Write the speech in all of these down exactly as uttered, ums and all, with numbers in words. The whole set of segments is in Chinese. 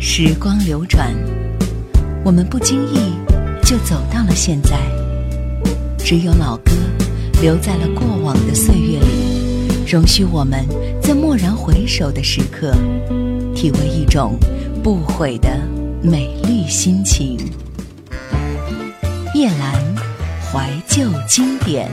时光流转，我们不经意就走到了现在。只有老歌留在了过往的岁月里，容许我们在蓦然回首的时刻，体味一种不悔的美丽心情。叶兰怀旧经典。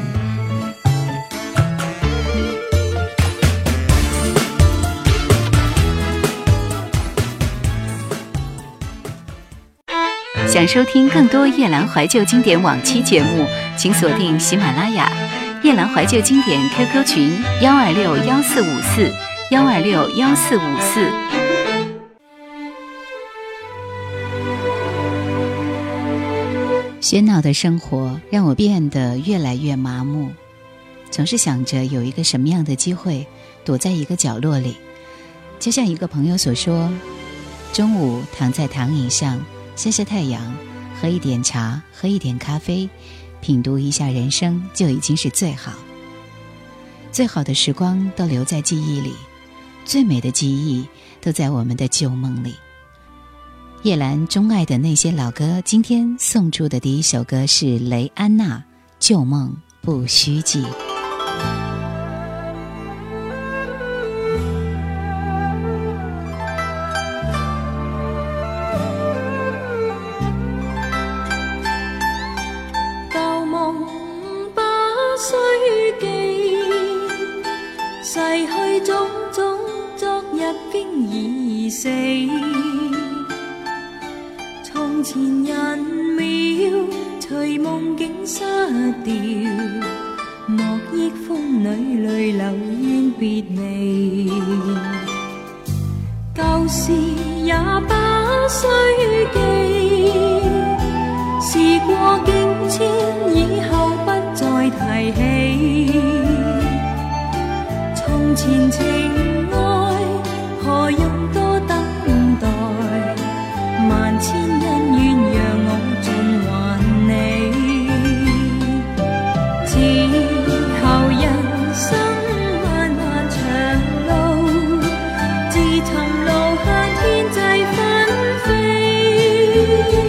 想收听更多叶兰怀旧经典往期节目，请锁定喜马拉雅叶兰怀旧经典 Q Q 群幺二六幺四五四幺二六幺四五四。喧闹的生活让我变得越来越麻木，总是想着有一个什么样的机会躲在一个角落里，就像一个朋友所说，中午躺在躺椅上晒晒太阳，喝一点茶，喝一点咖啡，品读一下人生，就已经是最好。最好的时光都留在记忆里，最美的记忆都在我们的旧梦里。叶兰钟爱的那些老歌，今天送出的第一首歌是雷安娜《旧梦不须记》。 逝去種種，昨日經已死。從前人渺，隨夢境失掉。莫憶風裏淚流怨別離。舊事也不須記，事過境遷，以後不再提起。從前情愛何用多等待，萬千恩怨讓我盡還你。之後人生漫漫長路，自尋路向天際紛飛。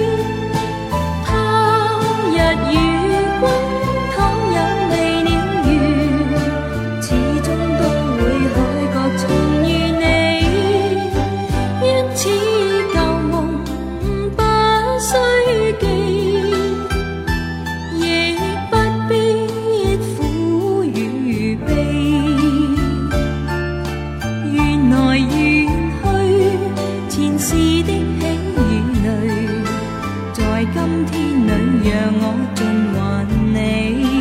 他日與君倘有未了緣，始終重遇你，因此舊夢不須記，亦不必苦與悲。緣來緣去，前世的喜與淚，在今天裏讓我盡還你。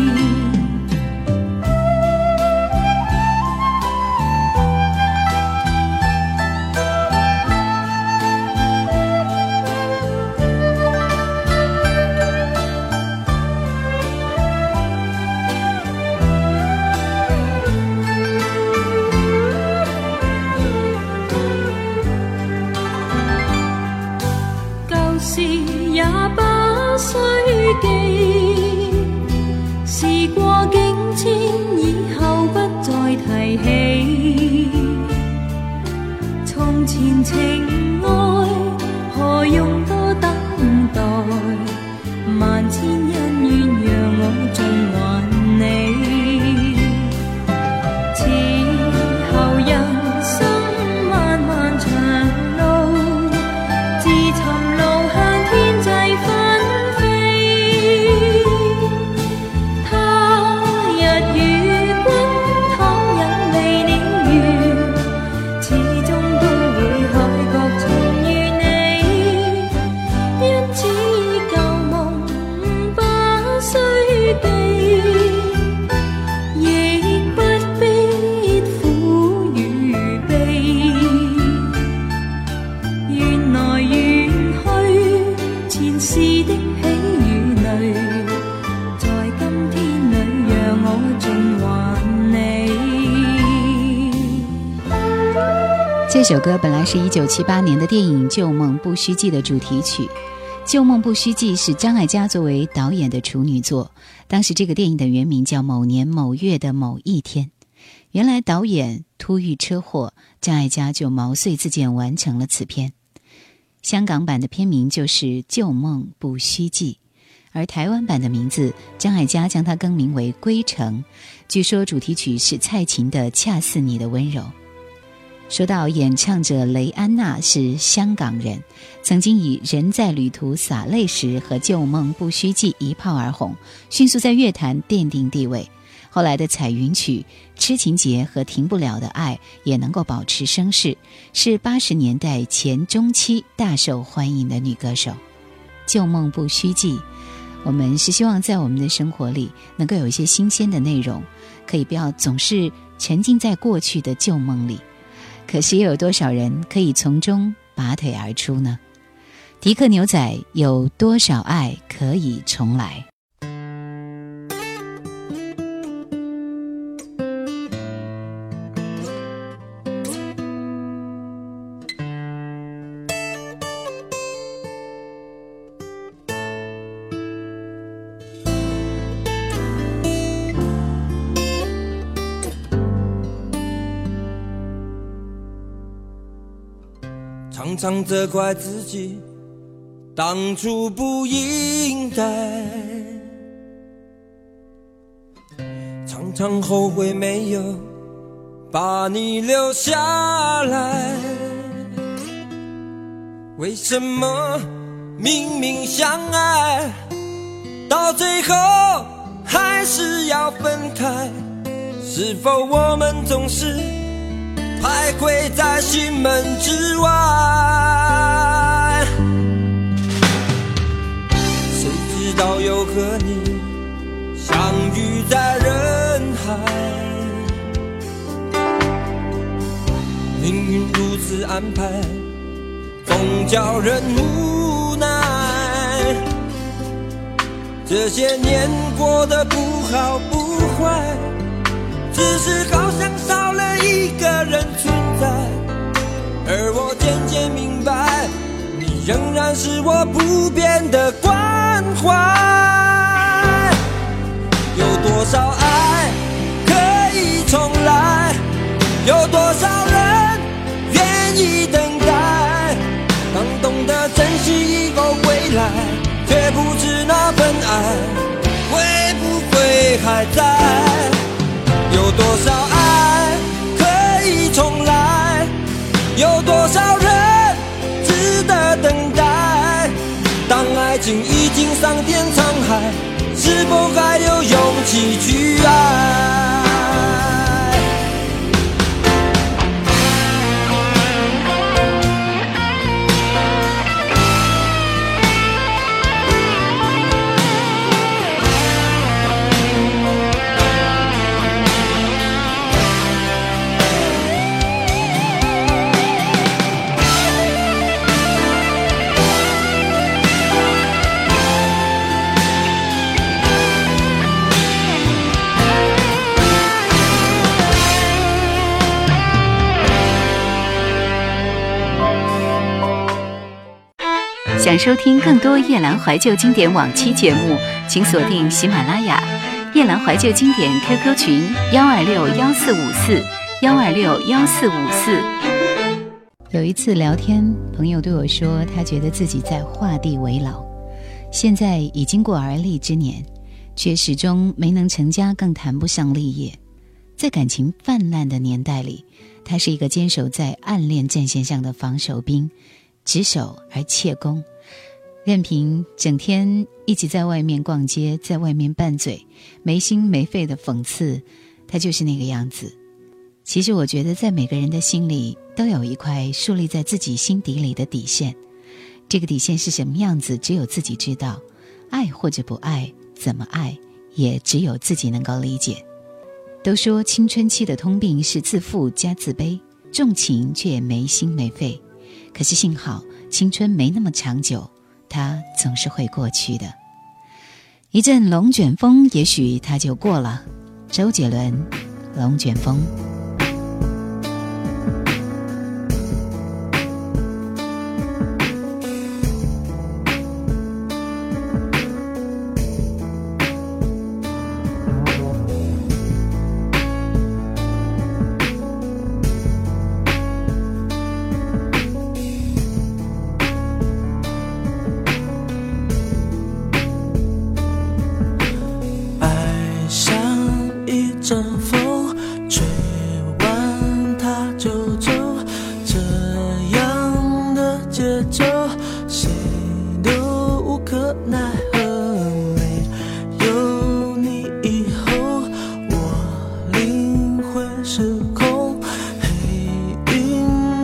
也不須記，事過境遷，以後不再提起。從前情愛何用多等待，萬千恩怨讓我盡還你。此後人生漫漫長路，自尋路向天際紛飛。他日與君倘有未了緣，始終都會海角重遇你。因此舊夢不須記，亦不必苦與悲。緣來緣去，前世的喜與淚，在今天裏讓我盡還你。 这首歌本来是一九七八年的电影《旧梦不须记》的主题曲。《旧梦不须记》是张艾嘉作为导演的处女作，当时这个电影的原名叫《某年某月的某一天》。原来导演突遇车祸，张艾嘉就毛遂自荐完成了此片。 香港版的片名就是《旧梦不须记》，而台湾版的名字张艾嘉将它更名为《归程》，据说主题曲是蔡琴的《恰似你的温柔》。说到演唱者雷安娜是香港人，曾经以人在旅途洒泪时和旧梦不须记一炮而红，迅速在乐坛奠定地位。后来的彩云曲、痴情节和停不了的爱也能够保持声势，是八十年代前中期大受欢迎的女歌手。旧梦不须记，我们是希望在我们的生活里能够有一些新鲜的内容，可以不要总是沉浸在过去的旧梦里。可是又有多少人可以从中拔腿而出呢？迪克牛仔有多少爱可以重来？ 常常责怪自己当初不应该，常常后悔没有把你留下来。为什么明明相爱，到最后还是要分开？是否我们总是徘徊在心门之外？谁知道又和你相遇在人海，命运如此安排，总叫人无奈。这些年过得不好不坏，只是好像少了一个人存在，而我渐渐明白，你仍然是我不变的关怀。有多少爱可以重来，有多少人愿意等待，当懂得珍惜以后回来，却不知那份爱会不会还在。有多少爱可以重来，有多少人值得等待，当爱情已经桑田沧海，是否还有勇气去爱？ 想收听更多夜兰怀旧经典往期节目，请锁定喜马拉雅夜兰怀旧经典 Q Q 群幺二六幺四五四幺二六幺四五四。有一次聊天，朋友对我说，他觉得自己在画地为牢，现在已经过而立之年，却始终没能成家，更谈不上立业。在感情泛滥的年代里，他是一个坚守在暗恋阵线上的防守兵，执守而怯攻，任凭整天一起在外面逛街，在外面拌嘴，没心没肺的讽刺，他就是那个样子。其实我觉得在每个人的心里都有一块树立在自己心底里的底线，这个底线是什么样子只有自己知道，爱或者不爱，怎么爱也只有自己能够理解。都说青春期的通病是自负加自卑，重情却也没心没肺，可是幸好青春没那么长久，它总是会过去的。一阵龙卷风，也许它就过了。周杰伦，龙卷风。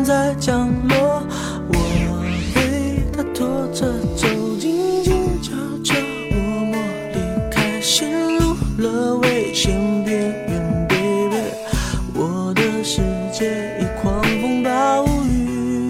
在降落，我被它拖着走，静静悄悄默默离开，陷入了危险边缘 baby， 我的世界已狂风暴雨。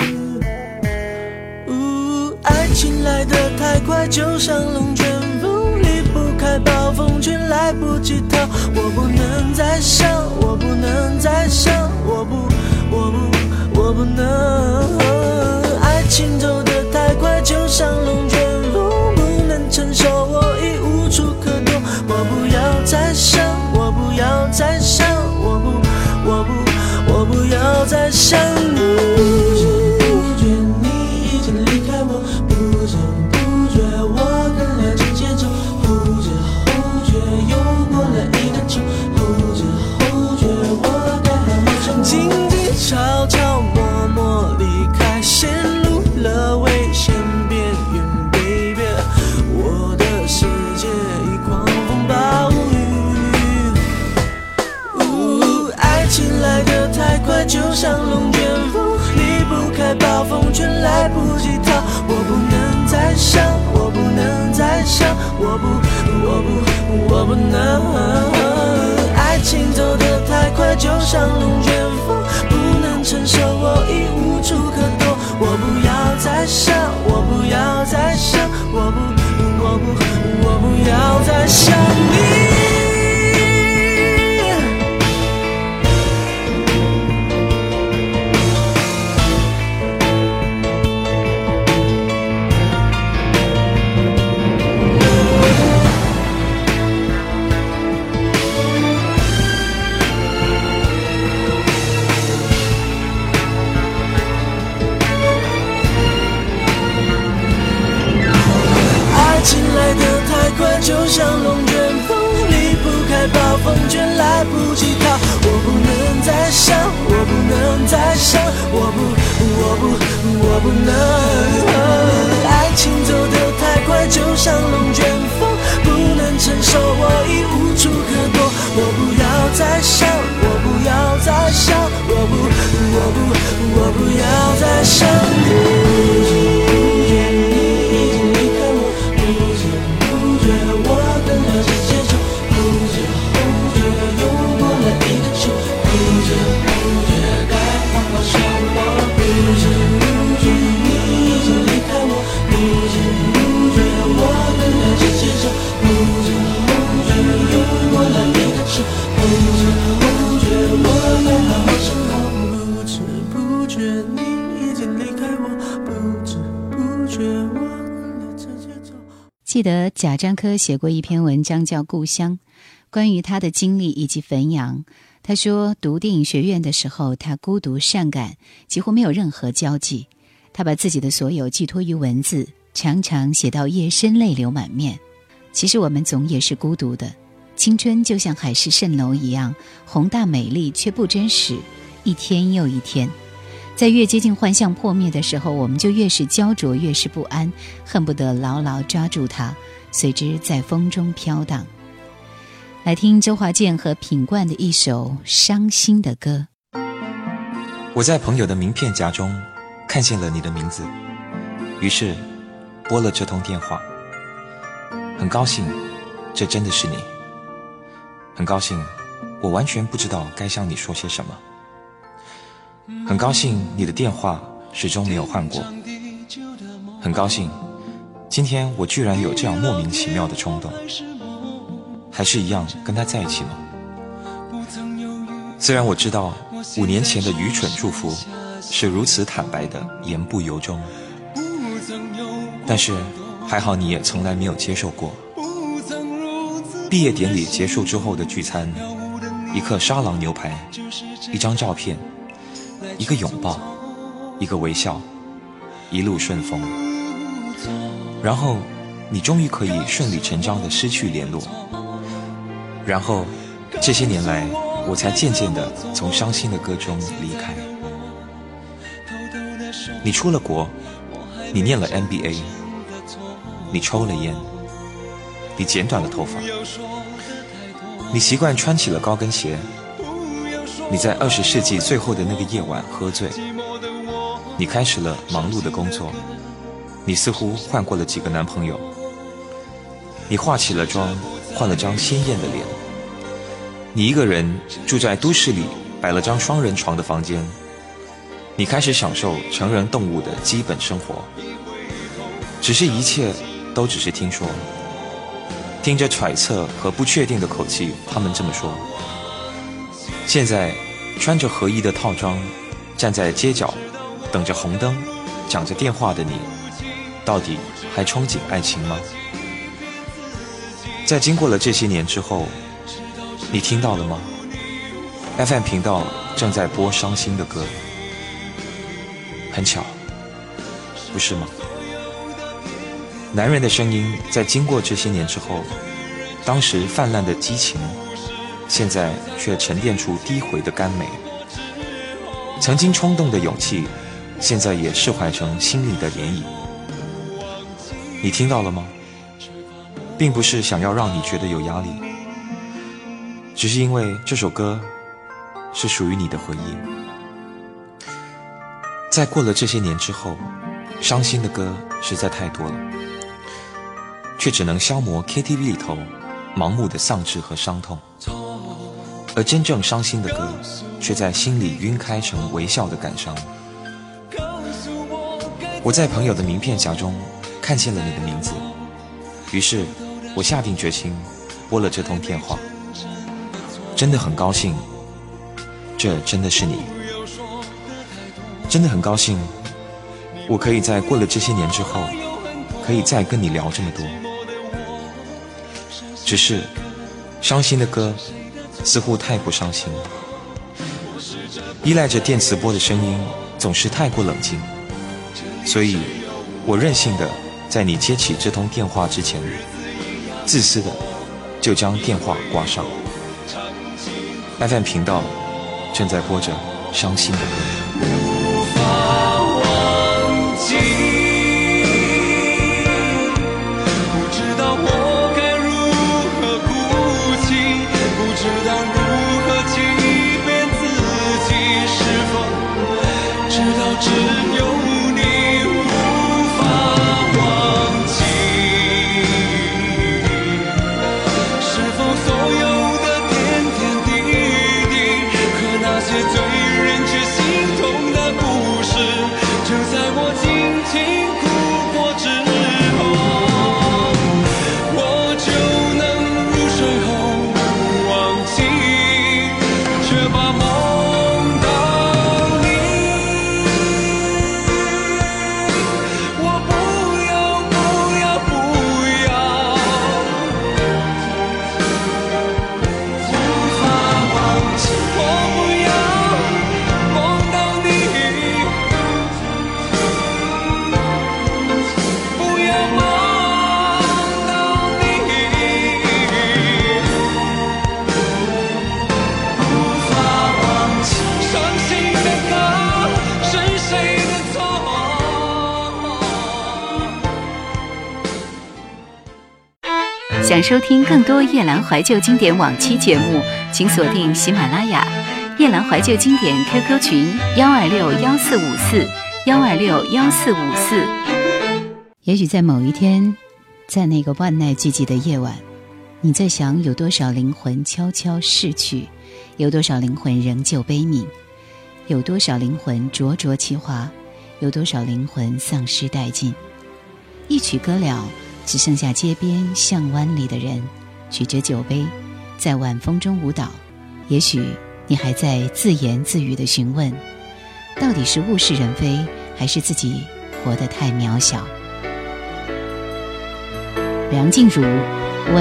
呜，爱情来得太快，就像龙卷风，离不开暴风圈，来不及逃。我不能再想，我不能再想，我不我不我不能。爱情走得太快，就像龙卷风，不能承受，我已无处可躲。我不要再想，我不要再想，我不我不我不要再想你。不知不觉你已经离开我，不知不觉我跟了这节奏，不知不觉又过了一个秋，不知不觉我该好好生活。静静悄悄默默离开，陷入了危险边缘 baby， 我的世界已狂风暴雨。呜，爱情来得太快，就像龙卷风，离不开暴风圈，来不及逃。我不能再想，我不能再想，我不我不我不能。爱情走得太快，就像龙卷风，不能承受，我已无处可躲。我不要再想，我不要再想，我不我不我不要再想你。就像龙卷风，离不开暴风圈，来不及逃。我不能再想，我不能再想，我不我不我不能。爱情走得太快，就像龙卷风，不能承受，我已无处可躲。我不要再想，我不要再想，我不我不我不要再想你。 记得贾樟柯写过一篇文章叫《故乡》，关于他的经历以及汾阳。他说读电影学院的时候，他孤独善感，几乎没有任何交际。他把自己的所有寄托于文字，常常写到夜深泪流满面。其实我们总也是孤独的，青春就像海市蜃楼一样，宏大美丽却不真实，一天又一天。在越接近幻象破灭的时候，我们就越是焦灼，越是不安，恨不得牢牢抓住它，随之在风中飘荡。来听周华健和品冠的一首伤心的歌。 我在朋友的名片夹中看见了你的名字，于是拨了这通电话。很高兴这真的是你，很高兴我完全不知道该向你说些什么，很高兴你的电话始终没有换过，很高兴今天我居然有这样莫名其妙的冲动，还是一样跟他在一起吗？虽然我知道五年前的愚蠢祝福是如此坦白的言不由衷，但是还好你也从来没有接受过。毕业典礼结束之后的聚餐，一客沙朗牛排，一张照片，一个拥抱，一个微笑，一路顺风。然后你终于可以顺理成章地失去联络，然后这些年来我才渐渐地从伤心的歌中离开。你出了国，你念了 M B A， 你抽了烟，你剪短了头发，你习惯穿起了高跟鞋，你在二十世纪最后的那个夜晚喝醉， 你开始了忙碌的工作，你似乎换过了几个男朋友，你化起了妆，换了张鲜艳的脸，你一个人住在都市里摆了张双人床的房间，你开始享受成人动物的基本生活。只是一切都只是听说，听着揣测和不确定的口气，他们这么说。现在穿着合一的套装，站在街角等着红灯，讲着电话的你，到底还憧憬爱情吗？在经过了这些年之后，你听到了吗？ F M 频道正在播伤心的歌，很巧，不是吗？男人的声音在经过这些年之后，当时泛滥的激情，现在却沉淀出低回的甘美。曾经冲动的勇气，现在也释怀成心里的涟漪。你听到了吗？并不是想要让你觉得有压力，只是因为这首歌是属于你的回忆。在过了这些年之后，伤心的歌实在太多了，却只能消磨 K T V 里头盲目的丧志和伤痛，而真正伤心的歌却在心里晕开成微笑的感伤。我在朋友的名片夹中看见了你的名字，于是我下定决心拨了这通电话。真的很高兴，这真的是你。真的很高兴，我可以在过了这些年之后，可以再跟你聊这么多。只是伤心的歌似乎太不伤心，依赖着电磁波的声音总是太过冷静，所以我任性的在你接起这通电话之前，自私的就将电话挂上。 F M 频道正在播着伤心的歌， 无法忘记，不知道我该如何哭泣，不知道如何欺骗自己，是否知道只有你无法忘记，是否所有的点点滴滴，可那些最人却心痛的故事，就在我轻轻哭过之后，我就能入睡后忘记，却把梦到你。我不要不要不要，无法忘记，我不要梦到你，不要梦到你，无法忘记，伤心的歌是谁的错？ 想收听更多夜兰怀旧经典往期节目，请锁定喜马拉雅夜兰怀旧经典 Q Q 群幺二六幺四五四幺二六幺四五四。也许在某一天，在那个万籁俱寂的夜晚，你在想有多少灵魂悄悄逝去，有多少灵魂仍旧悲悯，有多少灵魂灼灼其华，有多少灵魂丧失殆尽。一曲歌了，只剩下街边巷湾里的人举着酒杯在晚风中舞蹈。也许你还在自言自语地询问，到底是物是人非，还是自己活得太渺小？梁静茹问：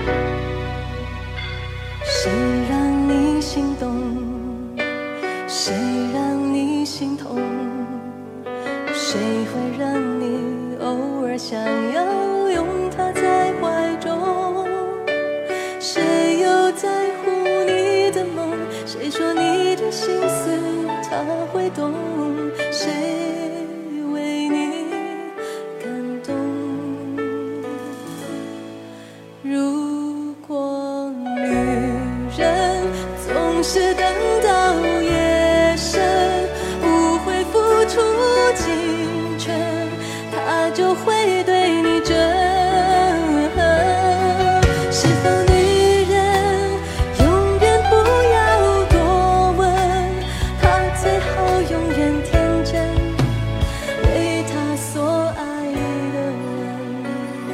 谁让你心动？谁让你心痛？谁会让你偶尔想要拥他在怀中？谁又在乎你的梦？谁说你的心思他会懂？谁为你感动？如果女人总是等到夜深，不会付出就会对你真。是否女人永远不要多问，她最好永远天真，为她所爱的人。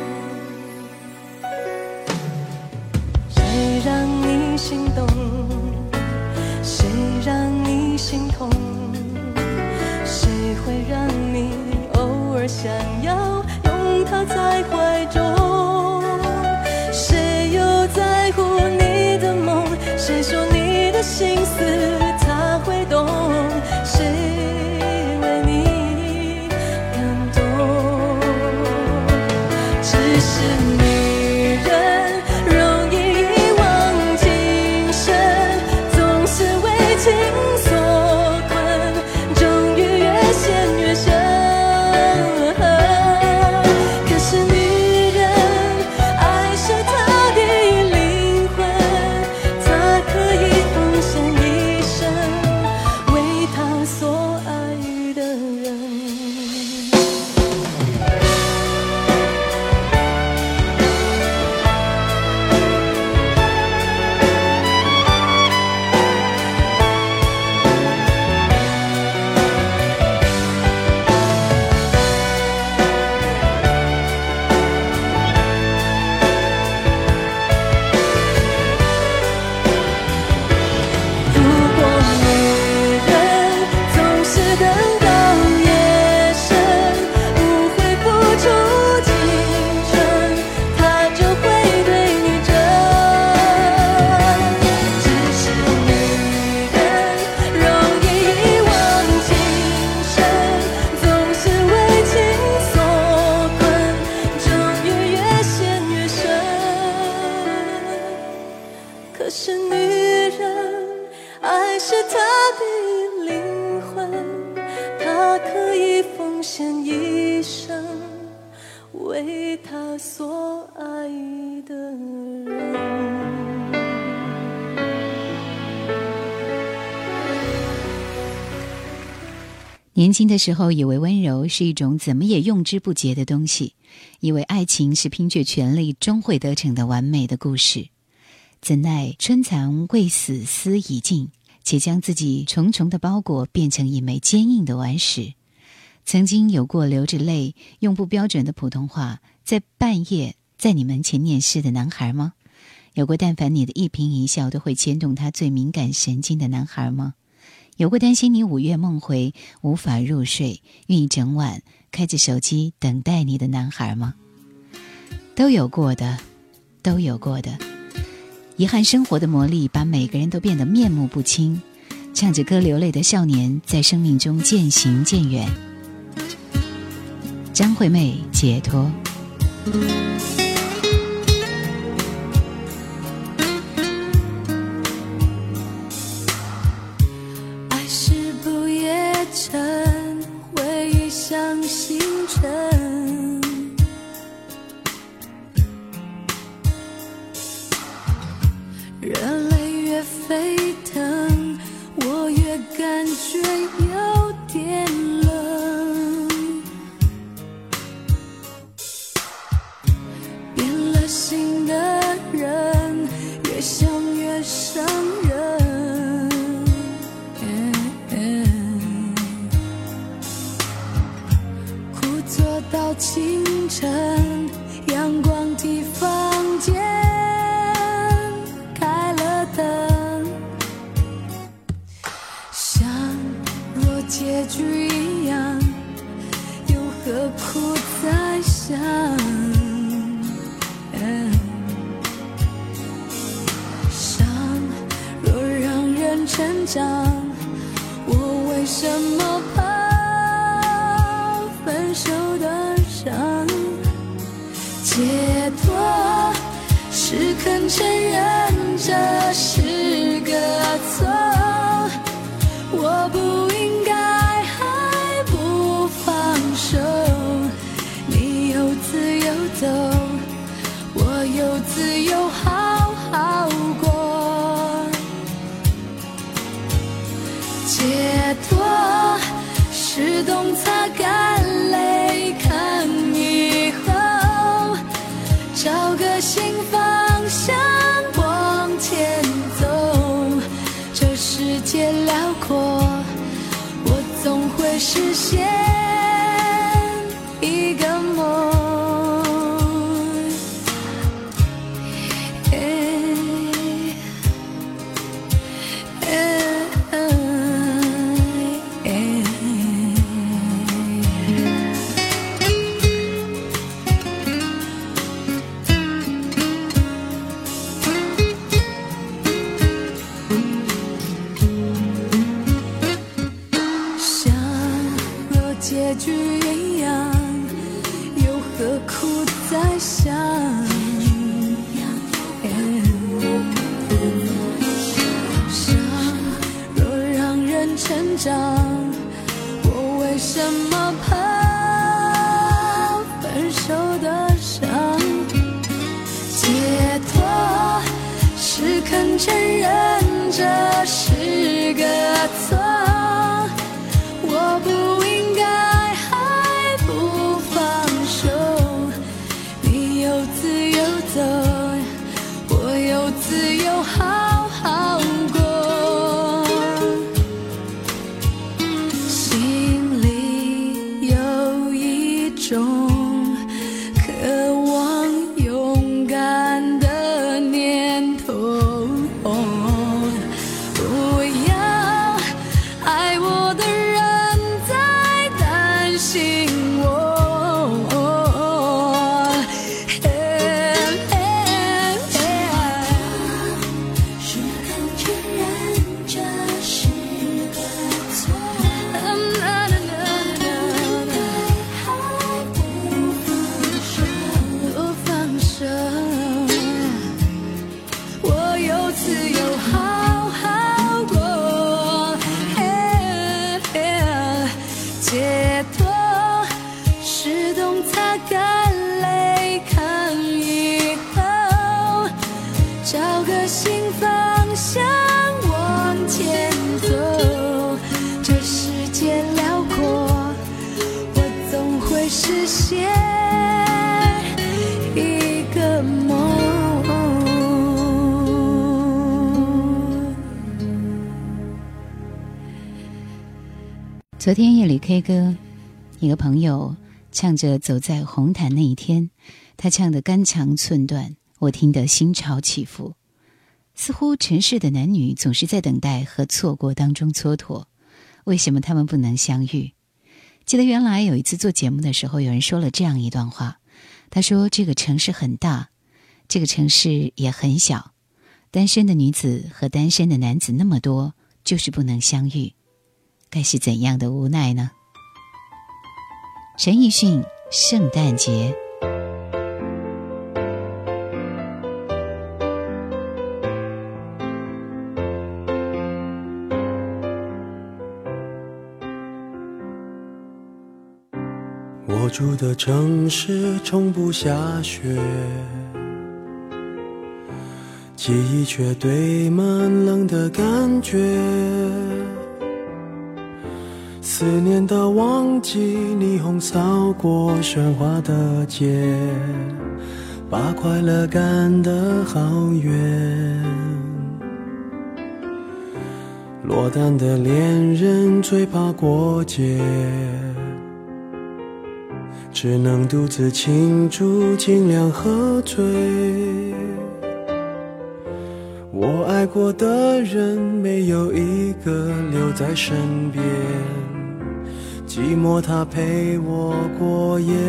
谁让你心动，谁让你心痛，谁会让你偶尔想要拥他在怀中？谁又在乎你的梦？谁说你的心思他会懂？谁为你感动？只是女人容易一往情深，总是为情所困，终于越陷越深。可是女人爱是她的灵魂，她可以奉献一生为她所爱的人。如果女人总是等到夜深，不会付出青春，她就会对你真。只是女人容易一往情深，总是为情所困，终于越陷越深。可是女人爱是她的灵魂，她可以奉献一生为她所爱的人。 年轻的时候以为温柔是一种怎么也用之不竭的东西，以为爱情是拼尽全力终会得逞的完美的故事，怎奈春蚕未死丝已尽，且将自己重重的包裹变成一枚坚硬的顽石。曾经有过流着泪用不标准的普通话在半夜在你门前念诗的男孩吗？有过但凡你的一颦一笑都会牵动他最敏感神经的男孩吗？有过担心你午夜梦回无法入睡，愿意整晚开着手机等待你的男孩吗？都有过的，都有过的。遗憾生活的魔力把每个人都变得面目不清，唱着歌流泪的少年在生命中渐行渐远。张惠妹，解脱。 爱是不夜城，回忆像星辰，热泪越沸腾，我越感觉有点冷。变了心的人，越想越伤人。苦坐到清晨，阳光替房间开了灯，像若结局一样，又何苦再想？伤若让人成长，我为什么怕分手的伤？解脱是肯承认这是个错，我不应该还不放手。你有自由走，我有自由好好过。解脱是懂擦干泪看结局一样，又何苦再想？伤若让人成长，我为什么怕分手的伤？解脱是肯承认这是个错，我不应该还不放手。你有自由走，我有自由好好过。心里有一种渴望勇敢的念头，不要爱我的人在担心我。是肯承认这是个错，还不放手，不放手。我有自由好好过，解脱是懂擦干泪看以后，找个新方向往前走。这世界辽阔，我总会实现一个梦。 昨天夜里 K 歌，一个朋友唱着走在红毯那一天，他唱得肝肠寸断，我听得心潮起伏。似乎尘世的男女总是在等待和错过当中蹉跎，为什么他们不能相遇？记得原来有一次做节目的时候，有人说了这样一段话，他说这个城市很大，这个城市也很小，单身的女子和单身的男子那么多，就是不能相遇，该是怎样的无奈呢？陈奕迅《圣诞节》。 我住的城市从不下雪，记忆却堆满冷的感觉。思念的旺季，霓虹扫过喧哗的街，把快乐赶得好远。落单的恋人最怕过节，只能独自庆祝，尽量喝醉。我爱过的人没有一个留在身边，寂寞它陪我过夜。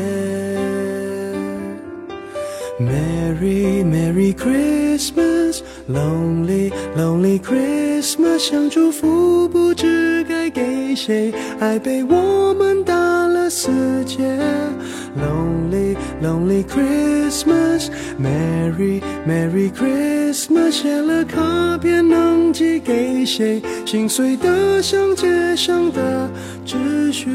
Merry Merry Christmas Lonely Lonely Christmas 想祝福不知该给谁，爱被我们打了死结。 Lonely Lonely Christmas Merry Merry Christmas 写了卡片能寄给谁，心碎得像街上的纸屑。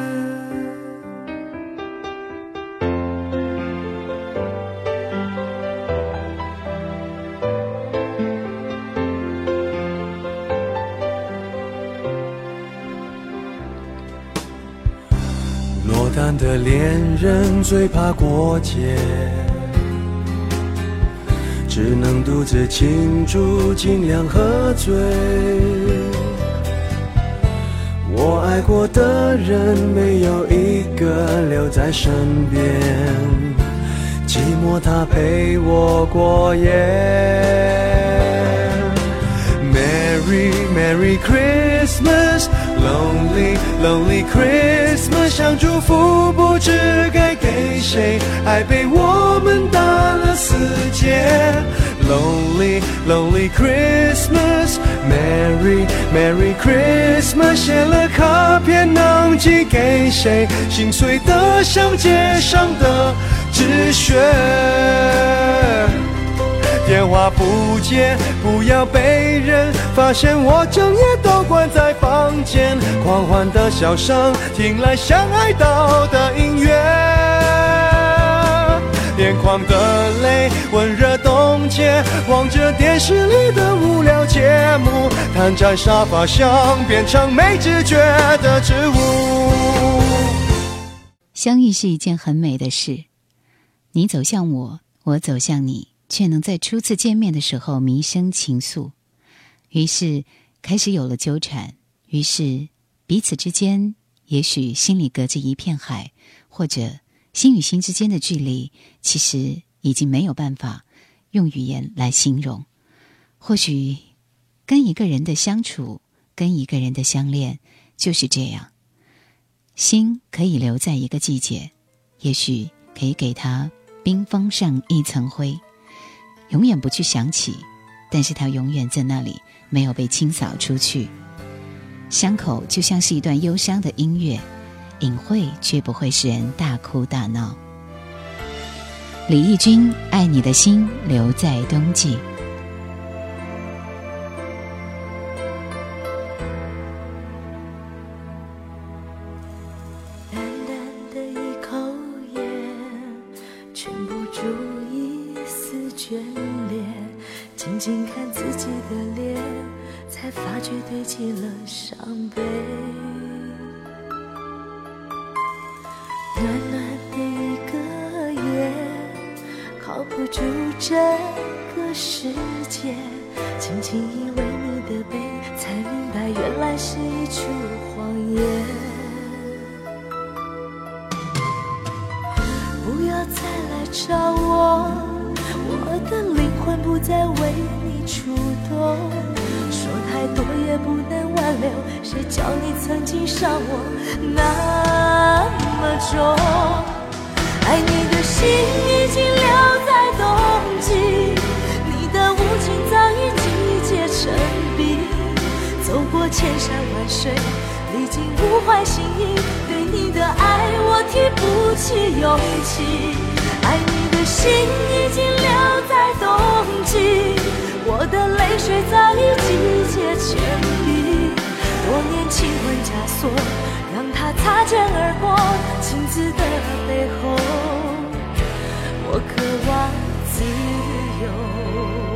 落单的恋人最怕过节，只能独自庆祝，尽量喝醉。我爱过的人没有一个留在身边，寂寞它陪我过夜。Merry Merry Christmas Lonely Lonely Christmas 想祝福不知该给谁，爱被我们打了死结。Lonely Lonely Lonely Christmas Merry Merry Christmas 写了卡片能寄给谁，心碎的像街上的纸屑，电话不接，不要被人发现我整夜都关在房间，狂欢的笑声听来像哀悼的音乐，眼眶的泪温热冻结，望着电视里的无聊节目，瘫在沙发上变成没知觉的植物。 相遇是一件很美的事，你走向我，我走向你，却能在初次见面的时候弥生情愫，于是开始有了纠缠，于是彼此之间也许心里隔着一片海，或者心与心之间的距离其实已经没有办法用语言来形容。或许跟一个人的相处，跟一个人的相恋就是这样，心可以留在一个季节，也许可以给它冰封上一层灰，永远不去想起，但是它永远在那里，没有被清扫出去。伤口就像是一段忧伤的音乐，隐晦却不会使人大哭大闹。李翊君，爱你的心留在冬季。 淡淡的一口烟，全不住一丝眷恋，静静看自己的脸，才发觉堆积了伤悲。暖暖的一个月，靠不住这个世界，轻轻依偎你的背，才明白原来是一出谎言。不要再来找我，我的灵魂不再为你触动，说太多也不能挽留，谁叫你曾经伤我那么重。爱你的心已经留在冬季，你的无情早已季节成冰，走过千山万水，历经不坏心意，对你的爱我提不起勇气。爱你的心已经留在冬季，我的泪水早已季节成冰，多年情魂枷锁，让它擦肩而过，情字的背后，我渴望自由。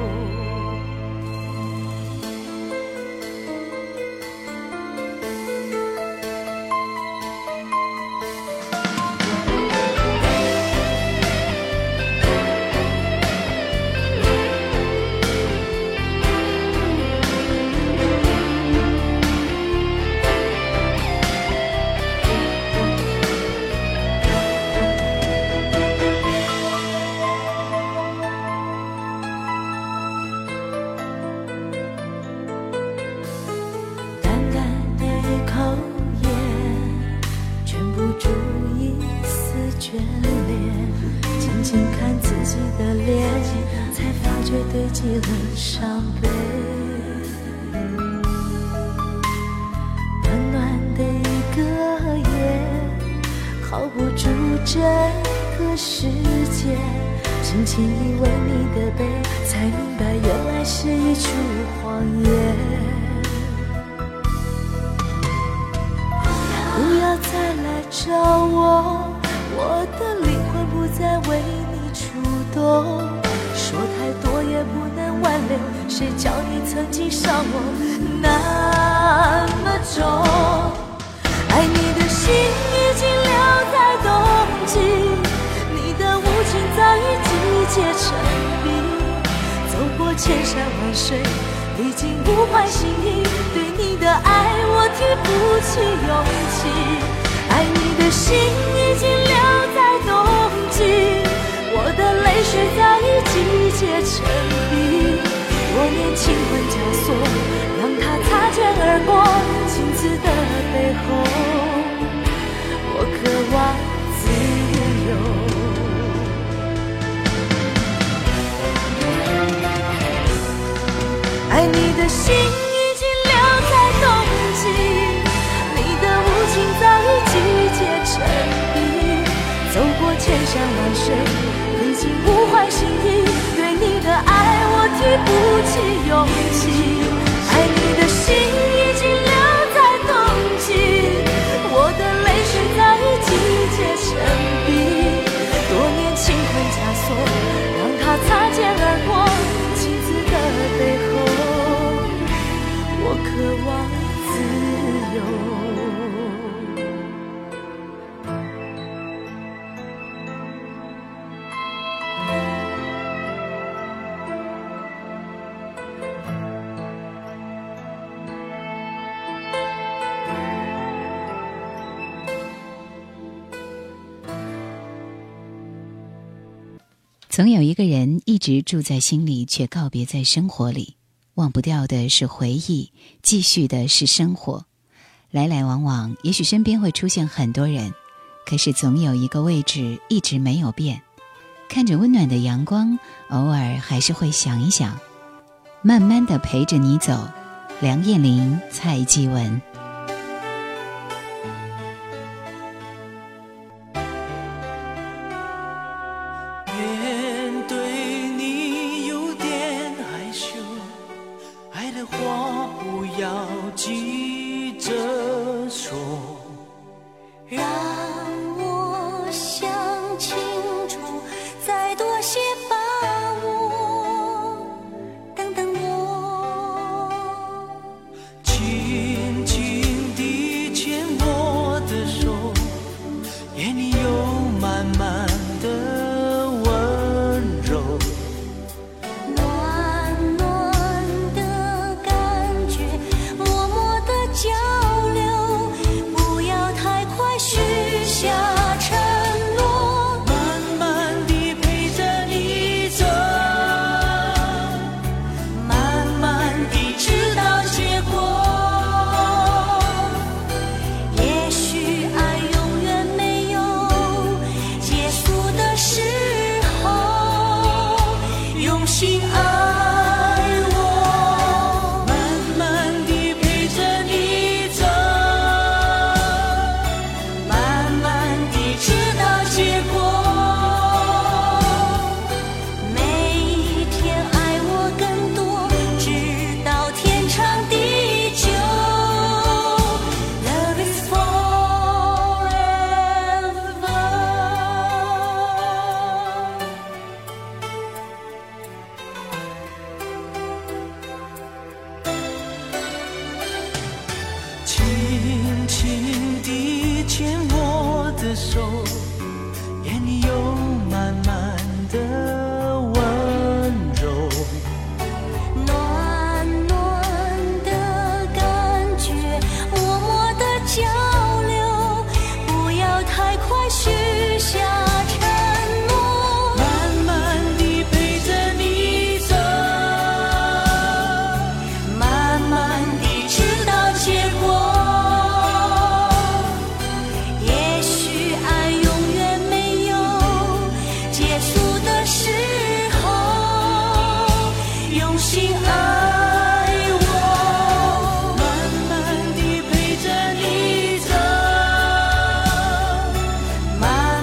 堆积了伤悲，暖暖的一个夜，靠不住这个世界，轻轻依偎你的背，才明白原来是一出谎言。不要再来找我，我的灵魂不再为你触动，说太多也不能挽留，谁叫你曾经伤我那么重。爱你的心已经留在冬季，你的无情早已季节成冰，走过千山万水，历经不换心意，对你的爱我提不起勇气。爱你的心已经留在冬季，我的泪水早已季节成冰，多年情魂枷锁，让它擦肩而过，情字的背后，我渴望自由。 心已经留在冬季，你的无情早已季节成冰。走过千山万水，历经无怀心意，对你的爱我提不起勇气。爱你的心已经留在冬季，我的泪水早已季节成冰。多年情困枷锁，让它擦肩而过，妻子的背后，我渴望自由。 总有一个人一直住在心里，却告别在生活里。忘不掉的是回忆，继续的是生活。来来往往，也许身边会出现很多人，可是总有一个位置一直没有变。看着温暖的阳光，偶尔还是会想一想，慢慢地陪着你走。梁艳玲、蔡继文。 急着说， 让我想清楚，再多些把握，等等我。 轻轻地牵我的手，眼里有满满的温柔。 慢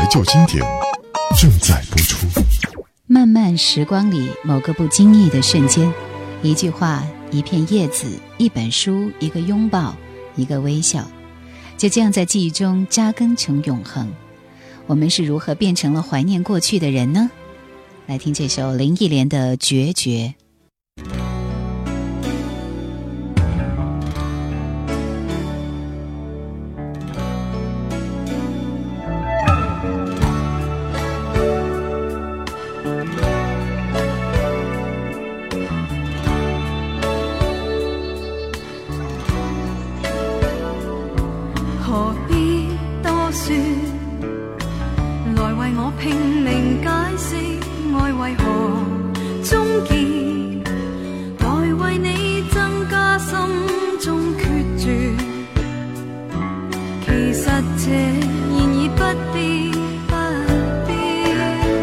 旧经典正在播出。 漫漫时光里，某个不经意的瞬间，一句话，一片叶子，一本书，一个拥抱，一个微笑，就这样在记忆中扎根成永恒。我们是如何变成了怀念过去的人呢？来听这首林忆莲的《决绝》。 何必多說，來為我拼命解釋愛為何終結，來為你增加心中決絕。其實這然而不必不必，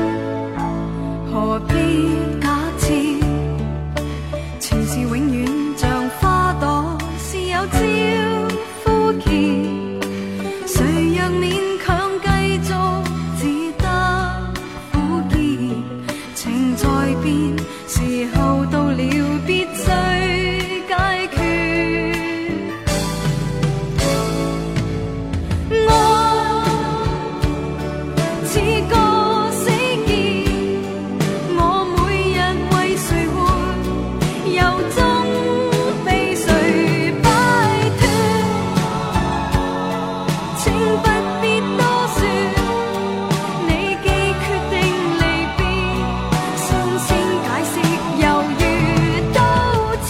何必假設前事永遠像花朵是有朝枯竭。誰若勉強繼續，只得苦澀。情在變，時候到了，必須解決。愛似個死結，我每日為誰活，由衷被誰擺脫。請不必多說，你既決定離別，先先解釋猶如刀切。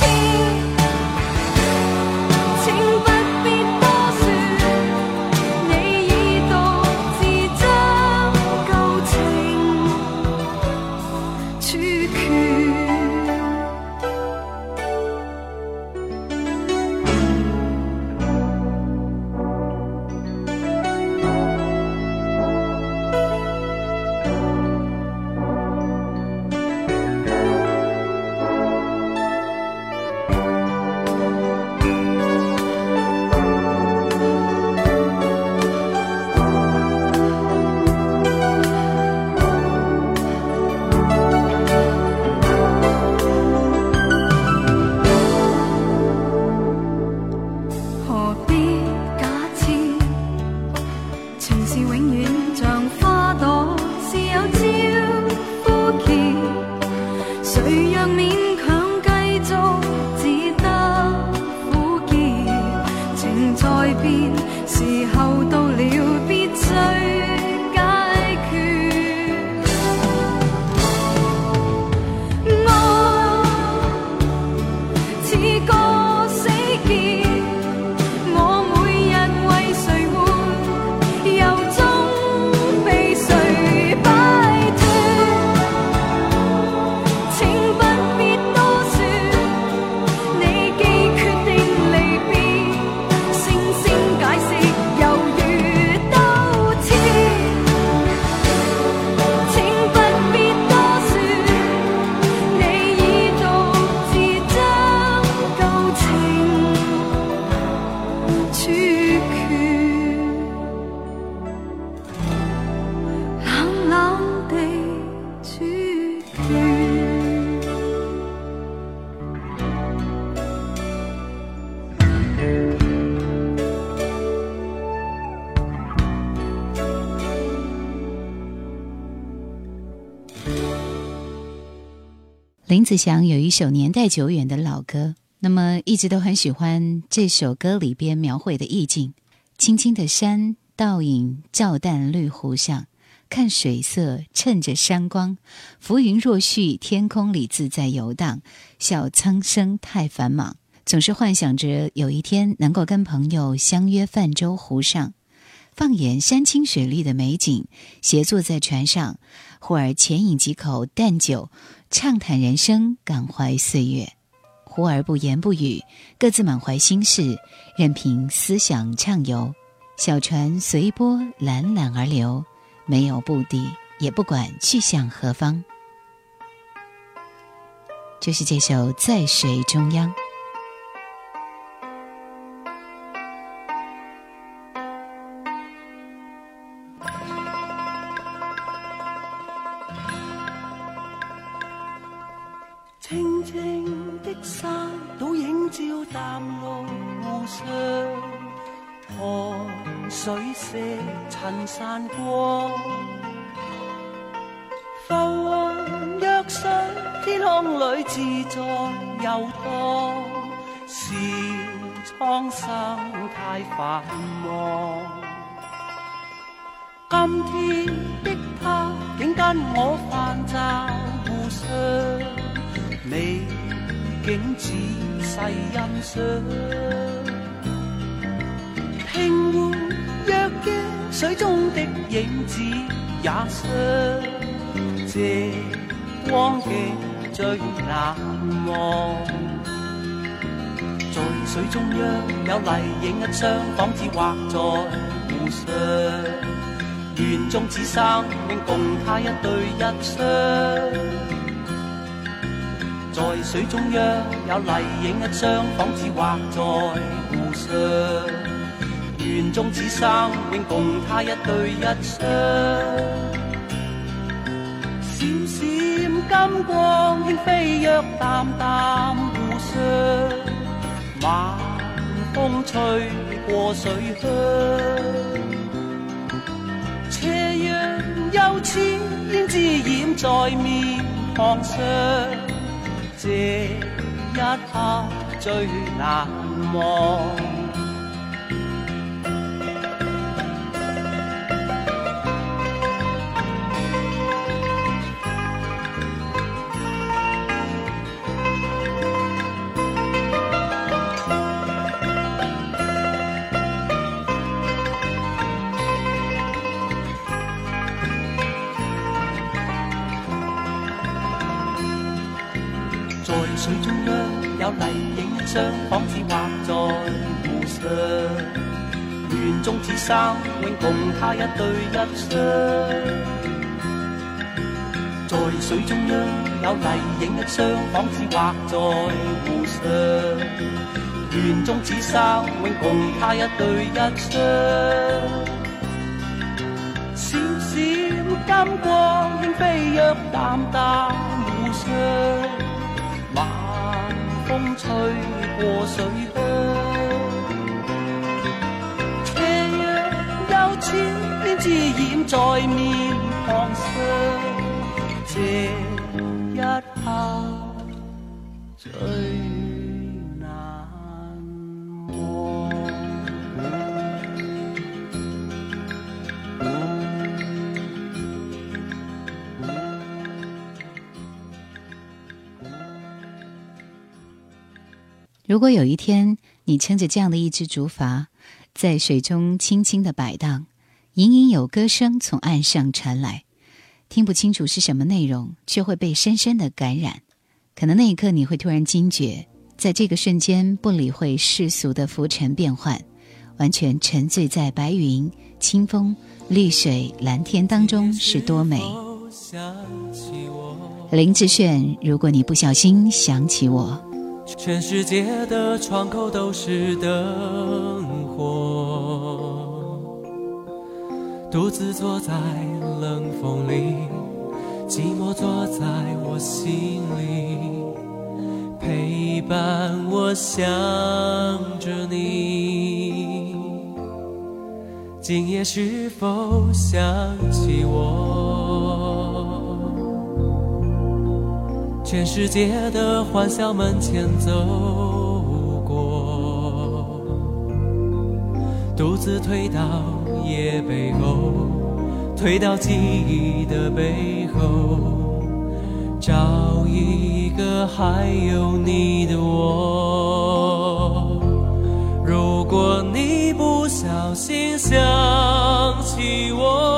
請不必多說，你已獨自將舊情處決。何必假設情事永遠像花朵是有朝枯竭。誰若勉強繼續，只得苦澀。情在變，時候到了，必須解決。愛似個死結，我每日為誰活，由衷被誰擺脫。請不必多說，你既決定離別，聲聲解釋猶如刀切。請不必多說，你已獨自將舊情處決，冷冷地處決。 林子祥有一首年代久远的老歌，那么一直都很喜欢这首歌里边描绘的意境。青青的山，倒影照淡绿湖上，看水色衬着山光，浮云若絮，天空里自在游荡，笑苍生太繁忙。总是幻想着有一天能够跟朋友相约泛舟湖上，放眼山清水绿的美景，斜坐在船上，忽而浅饮几口淡酒，畅谈人生，感怀岁月。忽而不言不语，各自满怀心事，任凭思想畅游。小船随波懒懒而流，没有目的，也不管去向何方。就是这首《在水中央》。 清清的山倒映照淡路上，河水色尘散过，浮云若水，天空里自在游荡，是蒼生太繁忙。今天的他竟跟我泛站互相，美景仔細欣賞，聽活躍嘅水中的影子也傷，這光景最難忘。在水中央有麗影一雙，仿似畫在湖上，願終此生永共他一對一雙。在水中央有麗影一雙，仿似畫在湖上，願終此生永共他一對一雙。閃閃金光輕飛躍淡淡湖上，晚風吹過水鄉，斜陽又似胭脂染在面龐上，這一刻最難忘。水中央有麗影一雙，仿似畫在湖上，願終此生永共他一對一雙。在水中央有麗影一雙，仿似畫在湖上，願終此生永共他一對一雙。閃閃金光輕飛躍淡淡湖上，風吹過水鄉，斜陽又似胭脂染在面龐上，這一刻最難忘。 如果有一天你撑着这样的一只竹筏，在水中轻轻地摆荡，隐隐有歌声从岸上传来，听不清楚是什么内容，却会被深深地感染。可能那一刻你会突然惊觉，在这个瞬间不理会世俗的浮沉变幻，完全沉醉在白云、清风、绿水、蓝天当中是多美。林志炫，如果你不小心想起我。 全世界的窗口都是灯火，独自坐在冷风里，寂寞坐在我心里，陪伴我想着你。今夜是否想起我？全世界的欢笑门前走过，独自退到夜背后，退到记忆的背后，找一个还有你的我。如果你不小心想起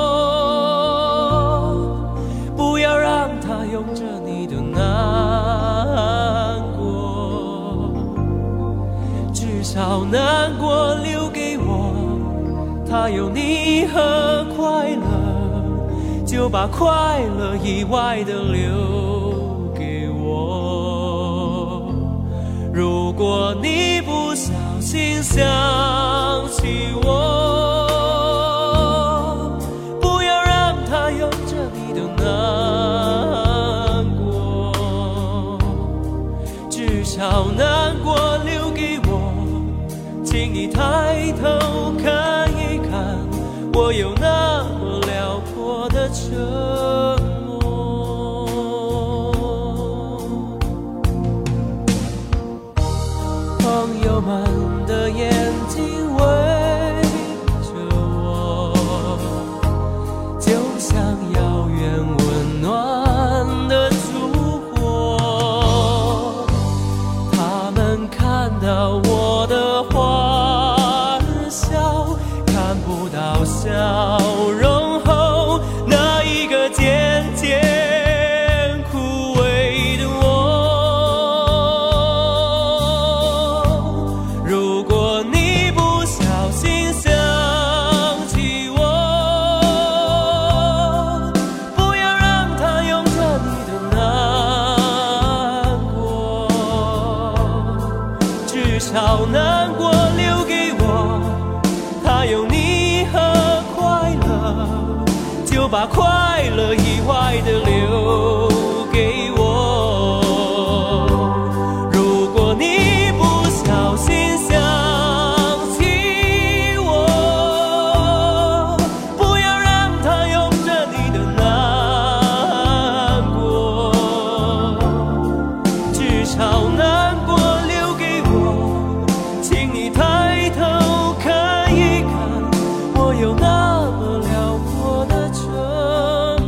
我，不要让它拥着你的难过，至少难过留给我，它有你和快乐，就把快乐以外的留给我。如果你不小心想起我，不要让它拥着你的难过， 你抬头看一看，我有那么辽阔的沉默。朋友们的眼睛围着我，就像遥远温暖的烛火，他们看到我的欢笑，看不到笑容后那一个渐渐枯萎的我。如果你不小心想起我，不要让它拥着你的难过，至少难过留给我，它有你和快乐，就把快乐以外的留给我。如果你不小心想起我，不要让它拥着你的难过，至少难过留给我，请你抬头看一看，我有那么辽阔的沉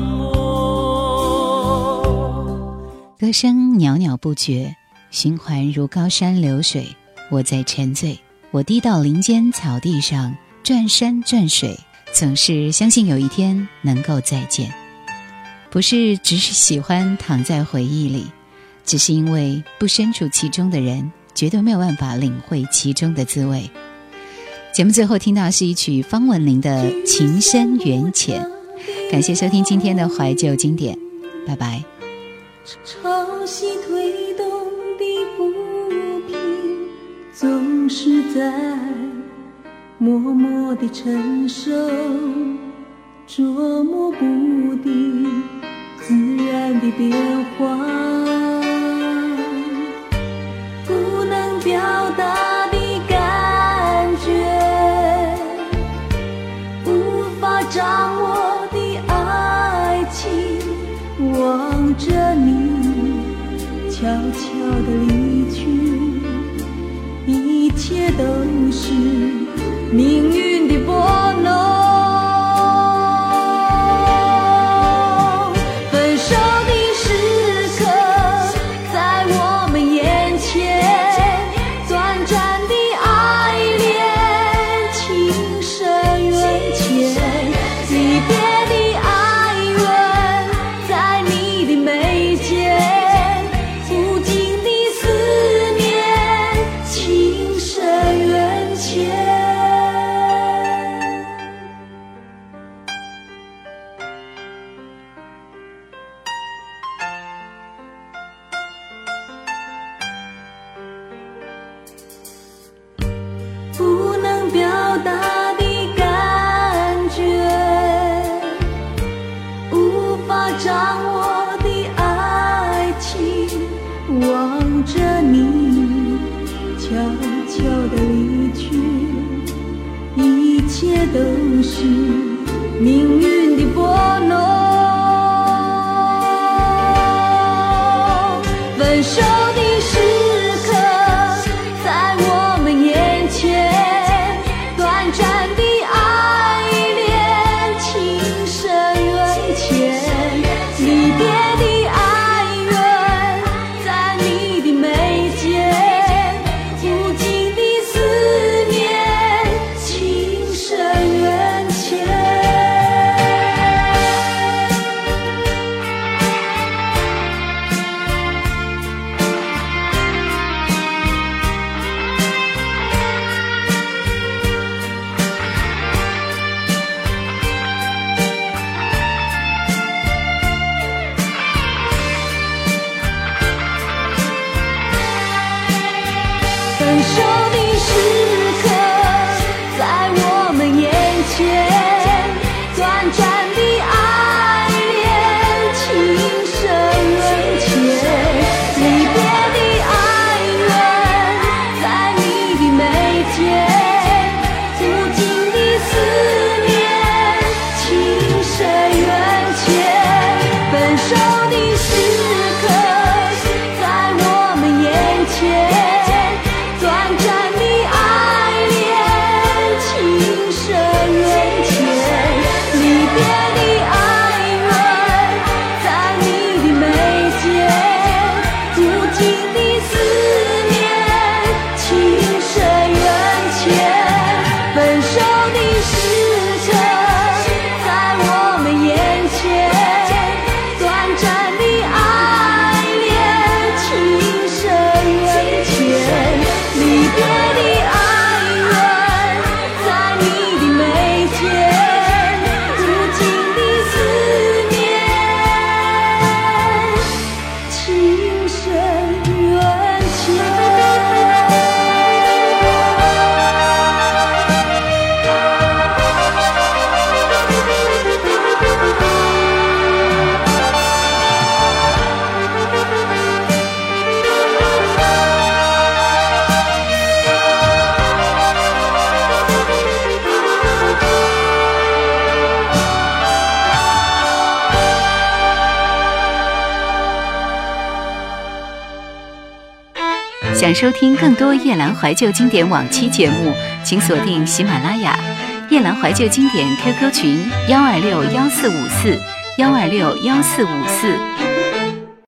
默。 歌声袅袅不绝，循环如高山流水。我在沉醉，我低到林间草地上，转山转水，总是相信有一天能够再见。不是只是喜欢躺在回忆里，只是因为不身处其中的人绝对没有办法领会其中的滋味。节目最后听到是一曲方文琳的《情深缘浅》。感谢收听今天的怀旧经典，拜拜。 潮汐推动的不平，总是在默默地承受，捉摸不定自然的变化，不能表达的感觉，无法掌握的爱情，望着你悄悄地离去，一切都是命运的拨弄。分手的时刻在我们眼前，短暂的爱恋，情深缘浅，离别的哀怨在你的眉间，无尽的思念，情深缘浅。不能表达的感觉，无法掌握的爱情，望着你悄悄地离去，一切都是命运的拨弄。分手的时刻在我们眼前，短暂的爱恋，情深缘浅，离别的哀怨在你的眉间，无尽的思念，情深缘浅。 想收听更多夜兰怀旧经典往期节目，请锁定喜马拉雅夜兰怀旧经典 Q Q 群幺二六幺四五四幺二六幺四五四。